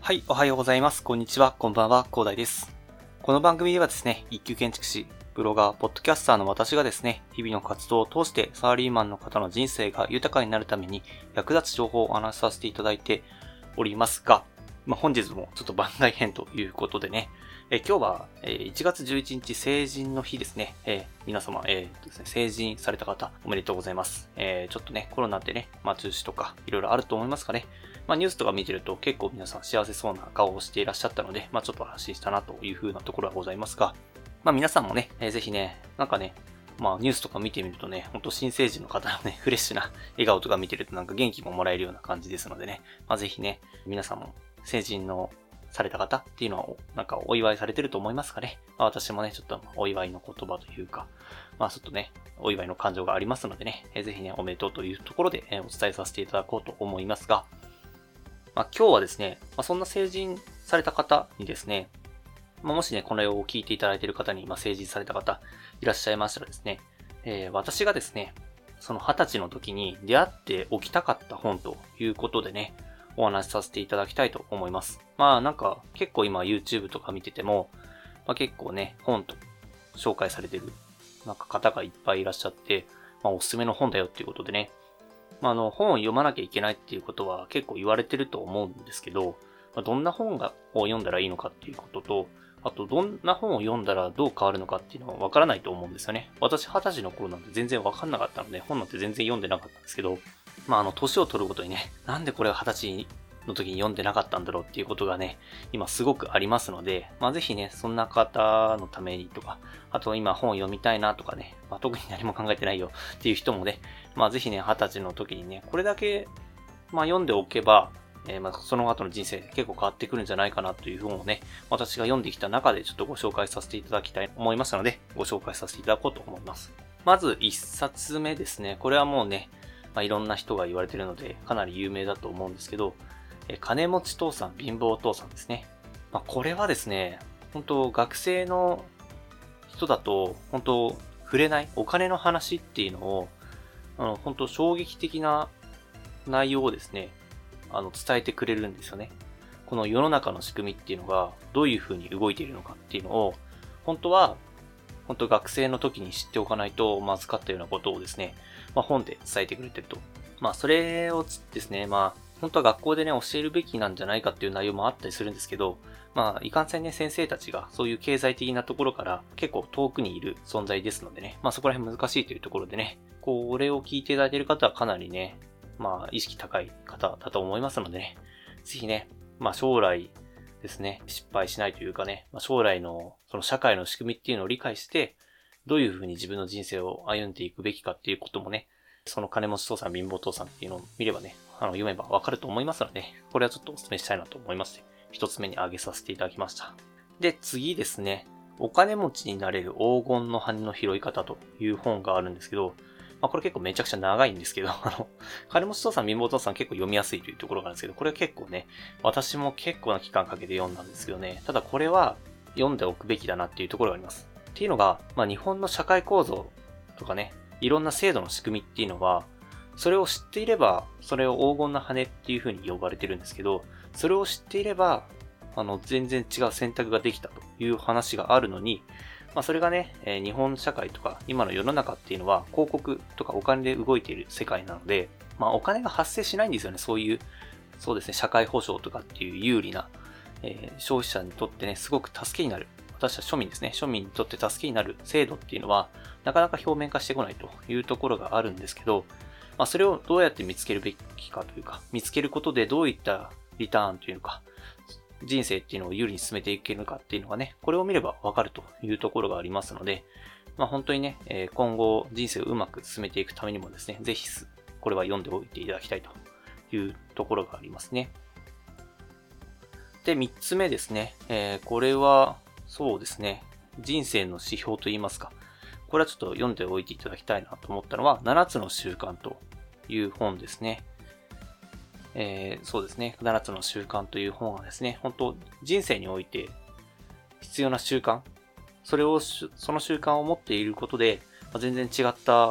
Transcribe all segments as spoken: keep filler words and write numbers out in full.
はい、おはようございます。こんにちは、こんばんは、広大です。この番組ではですね、一級建築士、ブロガー、ポッドキャスターの私がですね、日々の活動を通してサラリーマンの方の人生が豊かになるために役立つ情報をお話しさせていただいておりますが、まあ、本日もちょっと番外編ということでね、え今日は、えいちがつじゅういちにち成人の日ですね。えー、皆様、えーですね、成人された方おめでとうございます。えー、ちょっとね、コロナでね、まあ中止とかいろいろあると思いますかね。まあニュースとか見てると結構皆さん幸せそうな顔をしていらっしゃったので、まあちょっと安心したなという風なところはございますが、まあ皆さんもね、えー、ぜひね、なんかね、まあニュースとか見てみるとね、ほんと新成人の方のね、フレッシュな笑顔とか見てるとなんか元気ももらえるような感じですのでね、まあぜひね、皆さんも成人のされた方っていうのは、なんかお祝いされてると思いますかね。まあ、私もね、ちょっとお祝いの言葉というか、まあちょっとね、お祝いの感情がありますのでね、えー、ぜひね、おめでとうというところで、えー、お伝えさせていただこうと思いますが、まあ今日はですね、まあ、そんな成人された方にですね、まあ、もしね、このを聞いていただいている方に、まあ、成人された方いらっしゃいましたらですね、えー、私がですね、その二十歳の時に出会っておきたかった本ということでね、お話しさせていただきたいと思います。まあなんか結構今 YouTube とか見てても、まあ、結構ね、本と紹介されてるなんか方がいっぱいいらっしゃって、まあおすすめの本だよっていうことでね、まああの本を読まなきゃいけないっていうことは結構言われてると思うんですけど、まあ、どんな本がを読んだらいいのかっていうことと、あとどんな本を読んだらどう変わるのかっていうのはわからないと思うんですよね。私二十歳の頃なんて全然わかんなかったので、本なんて全然読んでなかったんですけど、まあ、あの、年を取るごとにね、なんでこれを二十歳の時に読んでなかったんだろうっていうことがね、今すごくありますので、まあ、ぜひね、そんな方のためにとか、あと今本を読みたいなとかね、まあ、特に何も考えてないよっていう人もね、まあ、ぜひね、二十歳の時にね、これだけ、まあ、読んでおけば、えー、まあその後の人生結構変わってくるんじゃないかなという本をね、私が読んできた中でちょっとご紹介させていただきたいと思いますので、ご紹介させていただこうと思います。まず一冊目ですね。これはもうね、まあ、いろんな人が言われてるので、かなり有名だと思うんですけど、え金持ち父さん、貧乏父さんですね。まあ、これはですね、本当学生の人だと、本当触れないお金の話っていうのを、あの、本当衝撃的な内容をですね、あの、伝えてくれるんですよね。この世の中の仕組みっていうのが、どういう風に動いているのかっていうのを、本当は、本当学生の時に知っておかないとまずかったようなことをですね、まあ、本で伝えてくれてると。まあそれをですね、まあ本当は学校でね教えるべきなんじゃないかっていう内容もあったりするんですけど、まあいかんせんね先生たちがそういう経済的なところから結構遠くにいる存在ですのでね、まあそこら辺難しいというところでね、これを聞いていただいている方はかなりね、まあ意識高い方だと思いますのでね、ぜひね、まあ将来ですね、失敗しないというかね、まあ、将来のその社会の仕組みっていうのを理解して、どういうふうに自分の人生を歩んでいくべきかっていうこともね、その金持ち父さん、貧乏父さんっていうのを見ればね、あの読めばわかると思いますので、これはちょっとお勧めしたいなと思いまして、一つ目に挙げさせていただきました。で、次ですね、お金持ちになれる黄金の羽の拾い方という本があるんですけど、まあこれ結構めちゃくちゃ長いんですけど、あの、金持ち父さん、貧乏父さん結構読みやすいというところがあるんですけど、これは結構ね、私も結構な期間かけて読んだんですけどね、ただこれは読んでおくべきだなっていうところがあります。っていうのが、まあ日本の社会構造とかね、いろんな制度の仕組みっていうのは、それを知っていれば、それを黄金の羽っていう風に呼ばれてるんですけど、それを知っていれば、あの、全然違う選択ができたという話があるのに、まあそれがね、えー、日本社会とか今の世の中っていうのは広告とかお金で動いている世界なので、まあお金が発生しないんですよね。そういう、そうですね、社会保障とかっていう有利な、えー、消費者にとってね、すごく助けになる。私たち庶民ですね。庶民にとって助けになる制度っていうのは、なかなか表面化してこないというところがあるんですけど、まあそれをどうやって見つけるべきかというか、見つけることでどういったリターンというのか、人生っていうのを有利に進めていけるかっていうのがね、これを見ればわかるというところがありますので、まあ本当にね、今後人生をうまく進めていくためにもですね、ぜひこれは読んでおいていただきたいというところがありますね。で、三つ目ですね、えー、これはそうですね、人生の指標といいますか、これはちょっと読んでおいていただきたいなと思ったのは、ななつの習慣という本ですね。えー、そうですね。ななつの習慣という本はですね、本当人生において必要な習慣、それを、その習慣を持っていることで、まあ、全然違った、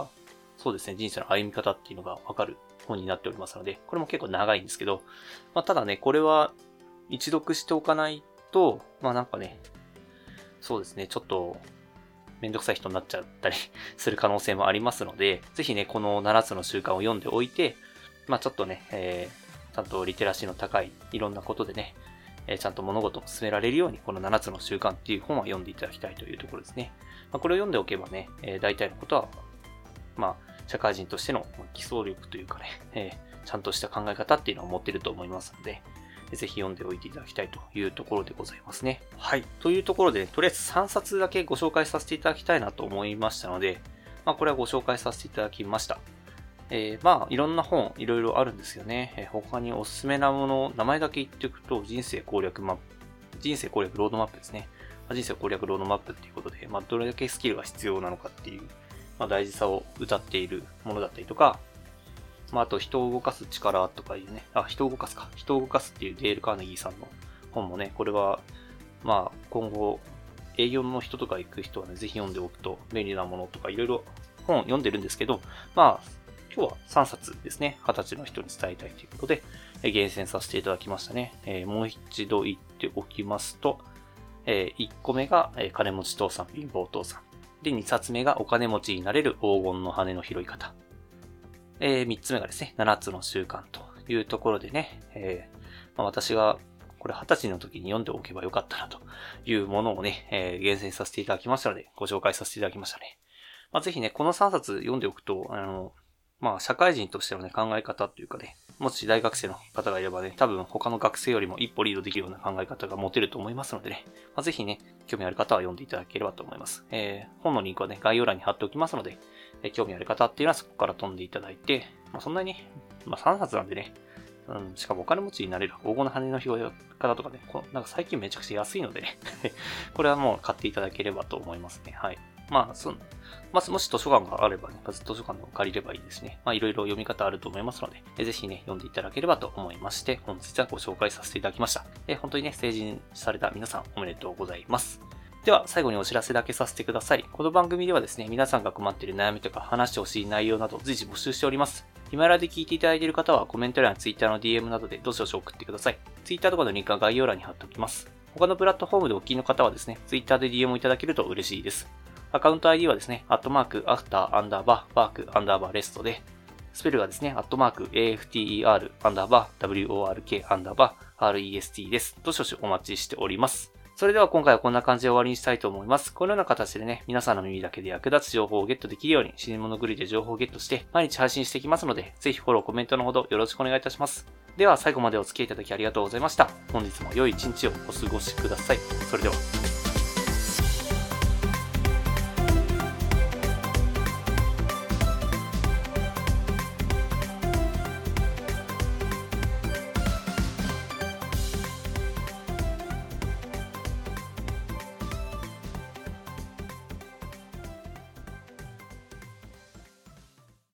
そうですね、人生の歩み方っていうのがわかる本になっておりますので、これも結構長いんですけど、まあ、ただね、これは、 一読しておかないと、まあなんかね、そうですね、ちょっとめんどくさい人になっちゃったりする可能性もありますので、ぜひね、このななつの習慣を読んでおいて、まあちょっとね、えー、ちゃんとリテラシーの高いいろんなことでね、えー、ちゃんと物事を進められるように、このななつの習慣っていう本は読んでいただきたいというところですね。まあ、これを読んでおけばね、えー、大体のことは、まあ社会人としての基礎力というかね、えー、ちゃんとした考え方っていうのを持っていると思いますので、ぜひ読んでおいていただきたいというところでございますね。はい。というところで、ね、とりあえずさんさつだけご紹介させていただきたいなと思いましたので、まあこれはご紹介させていただきました。えー、まあいろんな本いろいろあるんですよね。えー、他におすすめなもの、名前だけ言っておくと、人生攻略マップ、人生攻略ロードマップですね。まあ、人生攻略ロードマップっていうことで、まあどれだけスキルが必要なのかっていう、まあ大事さを謳っているものだったりとか、まあ、あと人を動かす力とかいうね、あ、人を動かすか。人を動かすっていうデール・カーネギーさんの本もね、これは、まあ、今後、営業の人とか行く人はね、ぜひ読んでおくと便利なものとかいろいろ本読んでるんですけど、まあ、今日はさんさつですね、はたちの人に伝えたいということで、え厳選させていただきましたね。えー、もう一度言っておきますと、えー、いっこめが、えー、金持ち父さん、貧乏父さん。で、にさつめがお金持ちになれる黄金の羽の拾い方。えー、みっつめがですね、ななつの習慣というところでね、えーまあ、私がこれはたちの時に読んでおけばよかったなというものをね、えー、厳選させていただきましたので、ご紹介させていただきましたね。まあ、ぜひね、このさんさつ読んでおくと、あの、まあ、社会人としてのね、考え方というかね、もし大学生の方がいればね、多分他の学生よりも一歩リードできるような考え方が持てると思いますのでね、まあ、ぜひね、興味ある方は読んでいただければと思います。えー、本のリンクはね、概要欄に貼っておきますので、えー、興味ある方っていうのはそこから飛んでいただいて、まあ、そんなに、まあ、さんさつなんでね、うん、しかもお金持ちになれる黄金の羽の拾い方とかね、こなんか最近めちゃくちゃ安いのでね、これはもう買っていただければと思いますね。はい。まあ、そまあ、もし図書館があればね、まず図書館を借りればいいですね。まあ、いろいろ読み方あると思いますので、えぜひね、読んでいただければと思いまして、本日はご紹介させていただきました。え本当にね、成人された皆さんおめでとうございます。では、最後にお知らせだけさせてください。この番組ではですね、皆さんが困っている悩みとか話してほしい内容など随時募集しております。ヒマラヤで聞いていただいている方はコメント欄や Twitter の ディーエム などでどしどし送ってください。Twitter とかのリンクは概要欄に貼っておきます。他のプラットフォームでお聞きの方はですね、Twitter で ディーエム をいただけると嬉しいです。アカウント アイディー はですね、アットマーク、アフター、アンダーバー、ワーク、アンダーバー、レストで、スペルがですね、アットマーク、エーエフティーイーアール、アンダーバー、ダブリューオーアールケー、アンダーバー、アールイーエスティー です。どしどしお待ちしております。それでは今回はこんな感じで終わりにしたいと思います。このような形でね、皆さんの耳だけで役立つ情報をゲットできるように、死に物狂いで情報をゲットして、毎日配信していきますので、ぜひフォロー、コメントのほどよろしくお願いいたします。では最後までお付き合いいただきありがとうございました。本日も良い一日をお過ごしください。それでは。